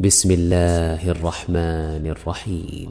بسم الله الرحمن الرحيم.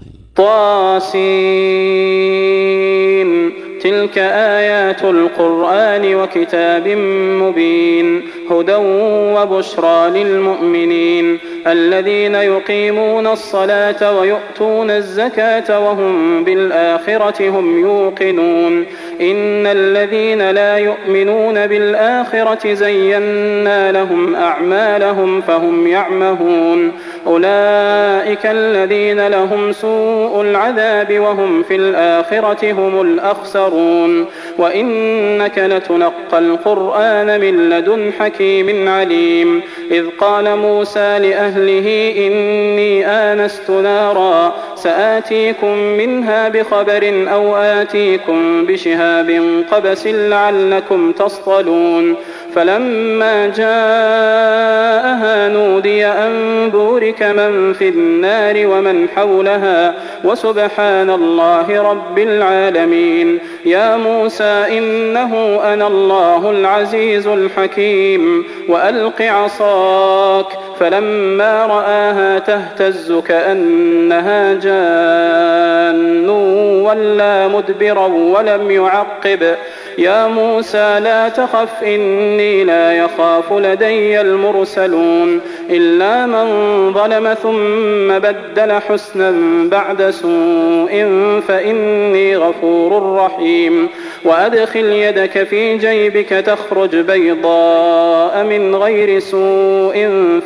طاسين. تلك آيات القرآن وكتاب مبين هدى وبشرى للمؤمنين الذين يقيمون الصلاة ويؤتون الزكاة وهم بالآخرة هم يوقنون إن الذين لا يؤمنون بالآخرة زينا لهم أعمالهم فهم يعمهون أولئك الذين لهم سوء العذاب وهم في الآخرة هم الأخسرون وإنك لتلقى القرآن من لدن حكيم عليم إذ قال موسى لأهله إني آنست نارا سآتيكم منها بخبر أو آتيكم بشهاب قبس لعلكم تصطلون فلما جاءها نودي أن بورك من في النار ومن حولها وسبحان الله رب العالمين يا موسى إنه أنا الله العزيز الحكيم وألق عصاك فلما رآها تهتز كأنها جان ولا مدبرا ولم يعقب يا موسى لا تخف إني لا يخاف لدي المرسلون إلا من ظلم ثم بدل حسنا بعد سوء فإني غفور رحيم وأدخل يدك في جيبك تخرج بيضاء من غير سوء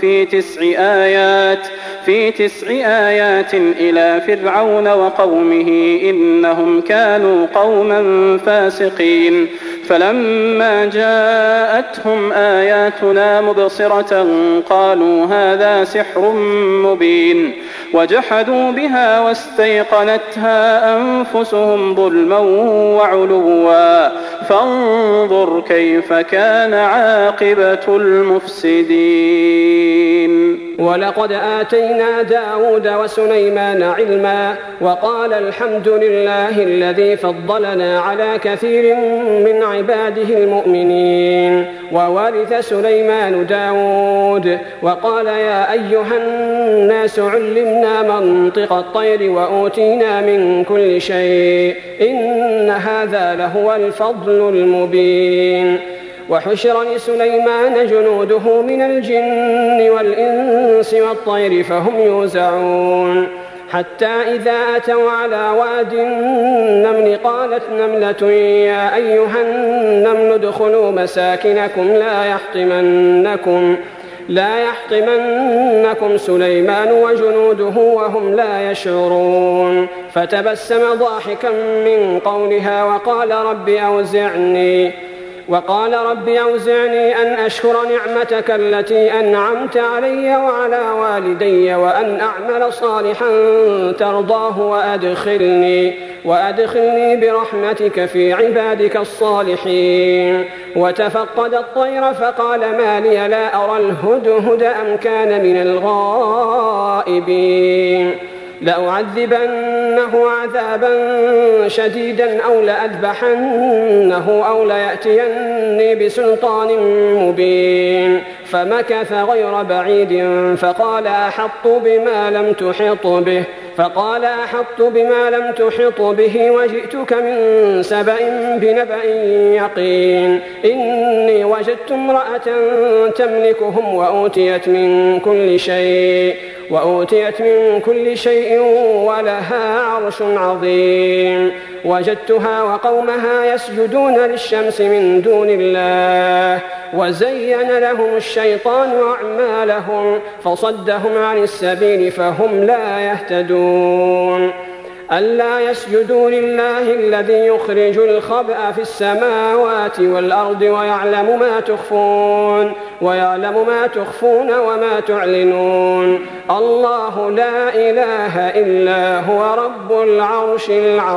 في 9 آيات إلى فرعون وقومه إنهم كانوا قوما فاسقين فلما جاءتهم آياتنا مبصرة قالوا هذا سحر مبين وجحدوا بها واستيقنتها أنفسهم ظلما وعلوا فانظر كيف كان عاقبة المفسدين. ولقد آتينا داود وسليمان علما وقال الحمد لله الذي فضلنا على كثير من عباده المؤمنين وورث سليمان داود وقال يا أيها الناس علمنا منطق الطير وأوتينا من كل شيء إن هذا لهو الفضل المبين. وحشر لسليمان جنوده من الجن والإنس والطير فهم يوزعون حتى إذا أتوا على واد النمل قالت نملة يا أيها النمل ادخلوا مساكنكم لا يحطمنكم سليمان وجنوده وهم لا يشعرون فتبسم ضاحكا من قولها وقال رب أوزعني أن أشكر نعمتك التي أنعمت علي وعلى والدي وأن أعمل صالحا ترضاه وأدخلني برحمتك في عبادك الصالحين. وتفقد الطير فقال ما لي لا أرى الهدهد أم كان من الغائبين لأعذبنه عذابا شديدا أو لأذبحنه أو ليأتيني بسلطان مبين. فمكث غير بعيد فقال أحطت بما لم تحط به وجئتك من سبأ بنبأ يقين إني وجدت امرأة تملكهم وأوتيت من كل شيء ولها عرش عظيم. وجدتها وقومها يسجدون للشمس من دون الله وزين لهم الشيطان أعمالهم فصدهم عن السبيل فهم لا يهتدون. ألا يسجدوا لله الذي يخرج الخبأ في السماوات والأرض ويعلم ما تخفون وما تعلنون الله لا إله إلا هو رب العرش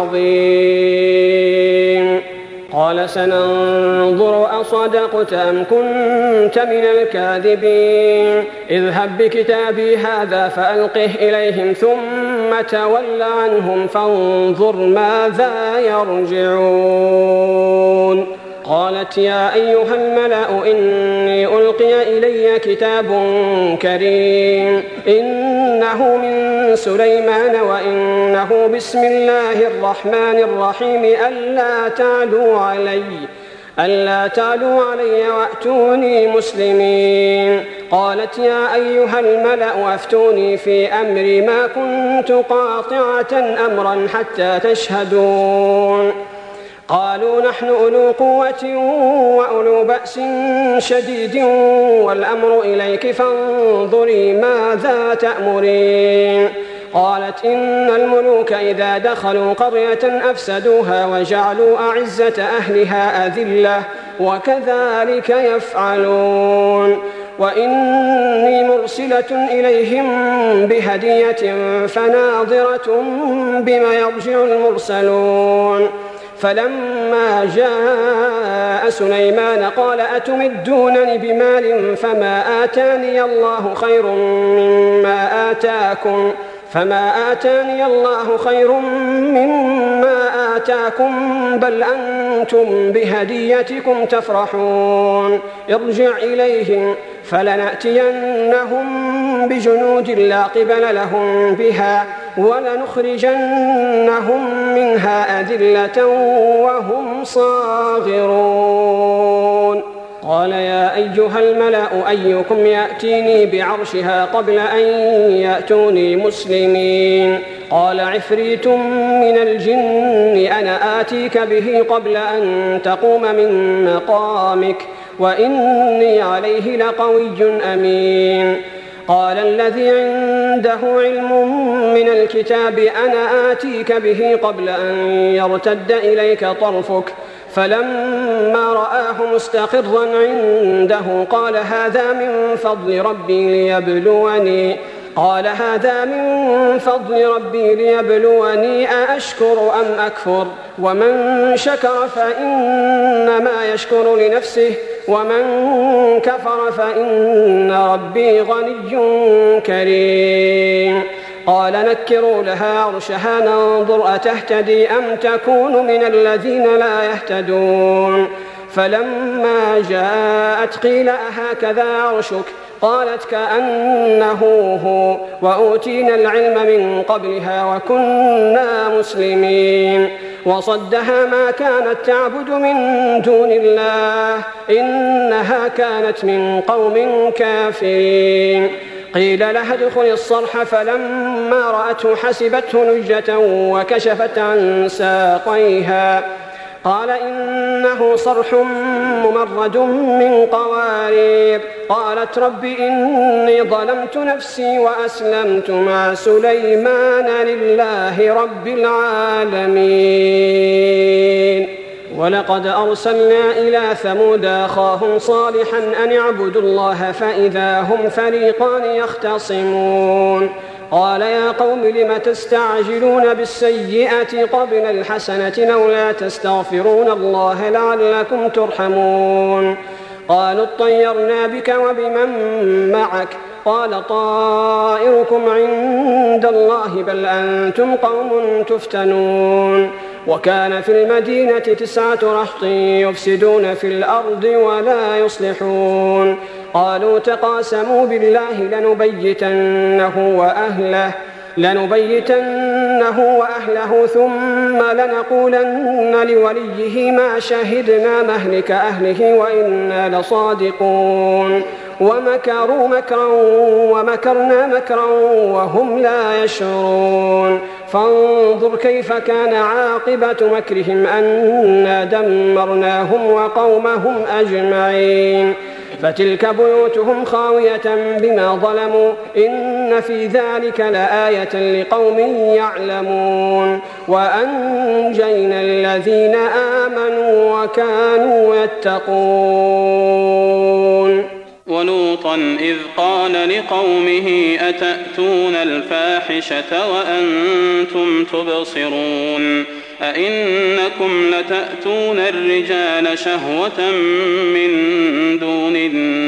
العظيم. قال سننظر أصدقت أم كنت من الكاذبين اذهب بكتابي هذا فألقه إليهم ثم تول عنهم فانظر ماذا يرجعون. قالت يا أيها الملأ إني ألقي إلي كتاب كريم إنه من سليمان وإنه بسم الله الرحمن الرحيم ألا تعلوا علي وأتوني مسلمين. قالت يا أيها الملأ أفتوني في أمري ما كنت قاطعة أمرا حتى تشهدون. قالوا نحن أولو قوة وأولو بأس شديد والأمر إليك فانظري ماذا تأمرين. قالت إن الملوك إذا دخلوا قرية أفسدوها وجعلوا أعزة أهلها أذلة وكذلك يفعلون. وإني مرسلة إليهم بهدية فناظرة بما يرجع المرسلون. فلما جاء سليمان قال أتمدونني بمال فما آتاني الله خير مما آتاكم بل أنتم بهديتكم تفرحون. ارجع إليهم فلنأتينهم بجنود لا قبل لهم بها ولنخرجنهم منها أذلة وهم صاغرون. قال يا أيها الملأ أيكم يأتيني بعرشها قبل أن يأتوني مسلمين. قال عفريت من الجن أنا آتيك به قبل أن تقوم من مقامك وإني عليه لقوي أمين. قال الذي عنده علم من الكتاب أنا آتيك به قبل أن يرتد إليك طرفك فلما رآه مستقرا عنده قال هذا من فضل ربي ليبلوني أأشكر أم أكفر ومن شكر فإنما يشكر لنفسه ومن كفر فإن ربي غني كريم. قال نكروا لها عرشها ننظر أتهتدي أم تكون من الذين لا يهتدون. فلما جاءت قيل أهكذا عرشك قالت كأنه هو وأوتينا العلم من قبلها وكنا مسلمين. وصدها ما كانت تعبد من دون الله إنها كانت من قوم كافرين. قيل لها ادخل الصرح فلما رأته حسبته لجة وكشفت عن ساقيها قال إنه صرح ممرد من قوارير. قالت رب إني ظلمت نفسي وأسلمت مع سليمان لله رب العالمين. ولقد أرسلنا إلى ثمود أخاهم صالحا أن اعبدوا الله فإذا هم فريقان يختصمون. قال يا قوم لم تستعجلون بالسيئة قبل الحسنة لولا تستغفرون الله لعلكم ترحمون. قالوا اطيرنا بك وبمن معك قال طائركم عند الله بل أنتم قوم تفتنون. وكان في المدينة 9 رهط يفسدون في الأرض ولا يصلحون. قالوا تقاسموا بالله لنبيتنه وأهله ثم لنقولن لوليه ما شهدنا مهلك أهله وإنا لصادقون. ومكروا مكرا ومكرنا مكرا وهم لا يشعرون. فانظر كيف كان عاقبة مكرهم أنا دمرناهم وقومهم أجمعين. فتلك بيوتهم خاوية بما ظلموا إن في ذلك لآية لقوم يعلمون. وأنجينا الذين آمنوا وكانوا يتقون. ولوطا إذ قال لقومه أتأتون الفاحشة وأنتم تبصرون أئنكم لتأتون الرجال شهوة من دون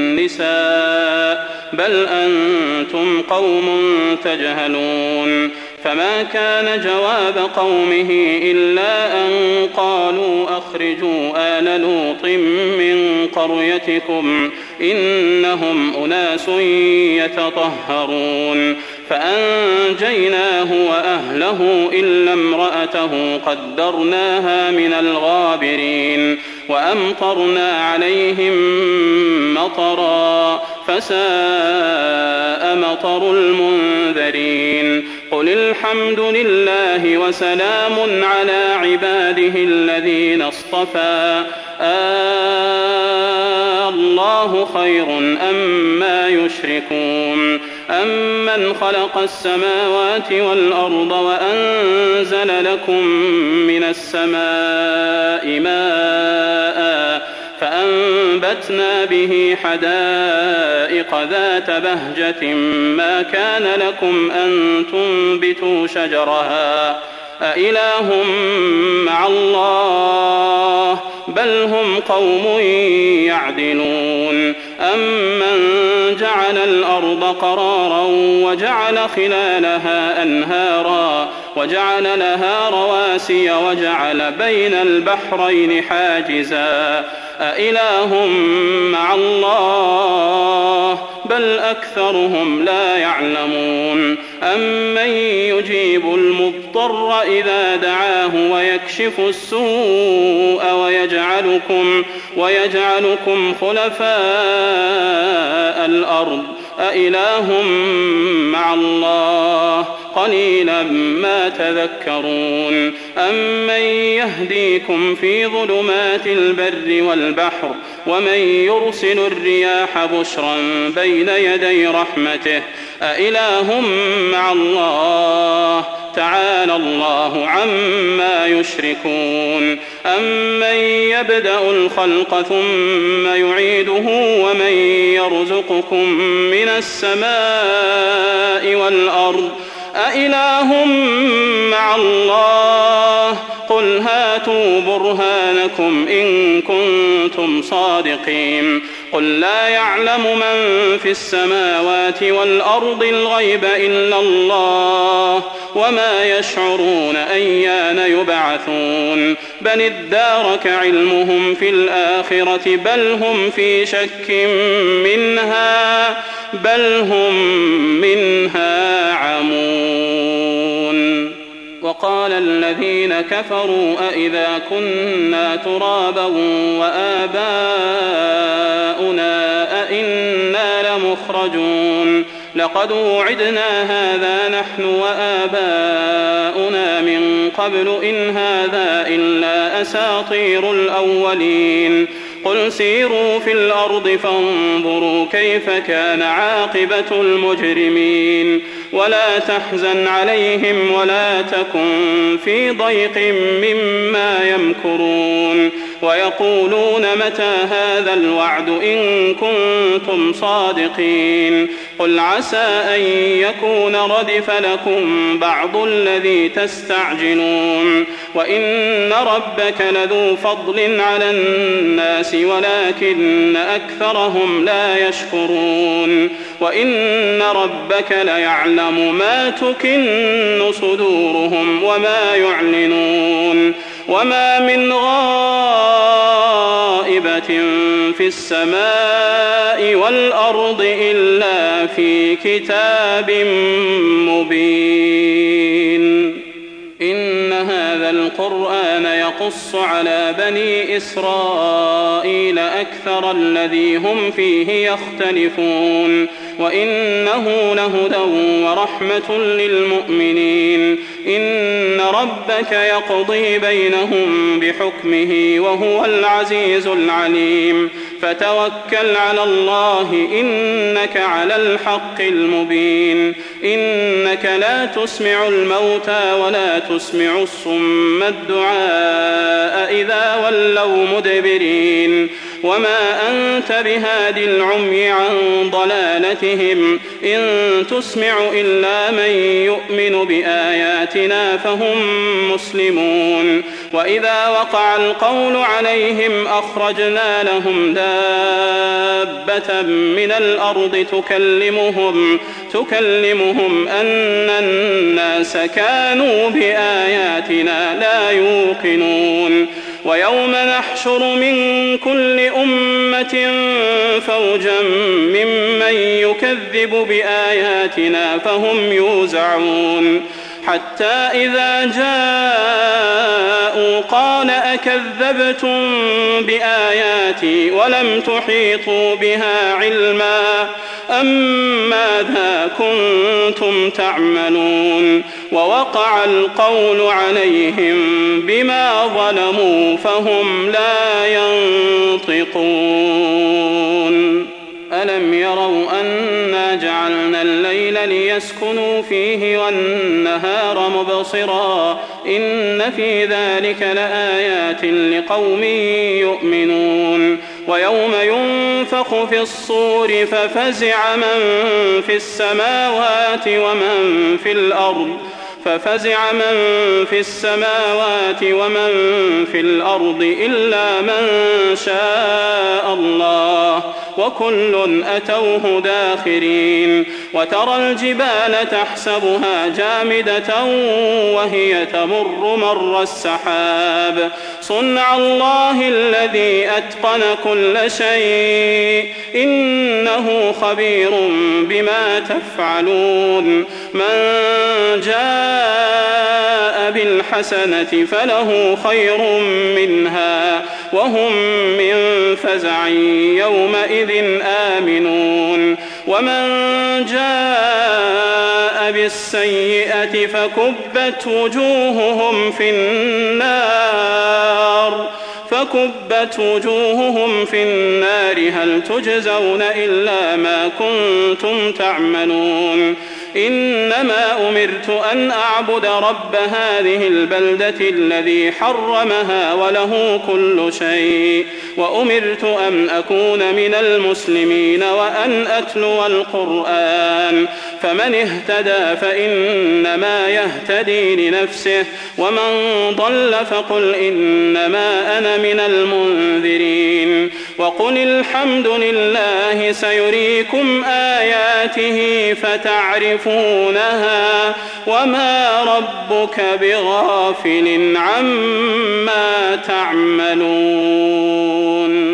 النساء بل أنتم قوم تجهلون. فما كان جواب قومه إلا أن قالوا أخرجوا آل لوط من قريتكم إنهم أناس يتطهرون فأنجيناه وأهله إلا امرأته قدرناها من الغابرين وأمطرنا عليهم مطرا فساء مطر المنذرين قل الحمد لله وسلام على عباده الذين اصطفى الله خير أما يشركون أمن خلق السماوات والأرض وأنزل لكم من السماء ماء فأنبتنا به حدائق ذات بهجة ما كان لكم أن تنبتوا شجرها أإله مع الله بل هم قوم يعدلون أمن جعل الأرض قرارا وجعل خلالها أنهارا وجعل لها رواسي وجعل بين البحرين حاجزا أإله مع الله بل أكثرهم لا يعلمون أمن يجيب المضطر إذا دعاه ويكشف السوء ويجعلكم خلفاء الأرض أإله مع الله قليلا ما تذكرون أمن يهديكم في ظلمات البر والبحر ومن يرسل الرياح بشرا بين يدي رحمته أإله مع الله تعالى الله عما يشركون أمن يبدأ الخلق ثم يعيده ومن يرزقكم من السماء والأرض أإله مع الله قل هاتوا برهانكم إن كنتم صادقين قل لا يعلم من في السماوات والأرض الغيب إلا الله وما يشعرون أيان يبعثون بل ادارك علمهم في الآخرة بل هم في شك منها عمون وقال الذين كفروا أئذا كنا ترابا وآباؤنا أئنا لمخرجون لقد وعدنا هذا نحن وآباؤنا من قبل إن هذا إلا أساطير الأولين قل سيروا في الأرض فانظروا كيف كان عاقبة المجرمين ولا تحزن عليهم ولا تكن في ضيق مما يمكرون ويقولون متى هذا الوعد إن كنتم صادقين قل عسى أن يكون ردف لكم بعض الذي تستعجلون وإن ربك لذو فضل على الناس ولكن أكثرهم لا يشكرون وإن ربك ليعلم ما تكن صدورهم وما يعلنون وما من غائبة في السماء والأرض إلا في كتاب مبين إن هذا القرآن يقص على بني إسرائيل أكثر الذي هم فيه يختلفون وإنه لهدى ورحمة للمؤمنين إن ربك يقضي بينهم بحكمه وهو العزيز العليم فتوكل على الله إنك على الحق المبين إنك لا تسمع الموتى ولا تسمع الصم الدعاء إذا ولوا مدبرين وما أنت بهاد العمي عن ضلالتهم إن تسمع إلا من يؤمن بآياتنا فهم مسلمون وإذا وقع القول عليهم أخرجنا لهم دابة من الأرض تكلمهم أن الناس كانوا بآياتنا لا يوقنون ويوم نحشر من كل أمة فوجا ممن يكذب بآياتنا فهم يوزعون حتى إذا جاءوا قال أكذبتم بآياتي ولم تحيطوا بها علما أم ماذا كنتم تعملون ووقع القول عليهم بما ظلموا فهم لا ينطقون ألم يروا أنا جعلنا الليل ليسكنوا فيه والنهار مبصرا إن في ذلك لآيات لقوم يؤمنون ويوم ينفخ في الصور ففزع من في السماوات ومن في الأرض إلا من شاء الله وكل أتوه داخرين وترى الجبال تحسبها جامدة وهي تمر مر السحاب صنع الله الذي أتقن كل شيء إنه خبير بما تفعلون من جاء بالحسنة فله خير منها وهم من فزع يومئذ آمنون ومن جاء بالسيئة فكبت وجوههم في النار هل تجزون إلا ما كنتم تعملون إنما أمرت أن أعبد رب هذه البلدة الذي حرمها وله كل شيء وأمرت أن أكون من المسلمين وأن أتلو القرآن فمن اهتدى فإنما يهتدي لنفسه ومن ضل فقل إنما أنا من المنذرين وقل الحمد لله سيريكم آياته فتعرفونها وما ربك بغافل عما تعملون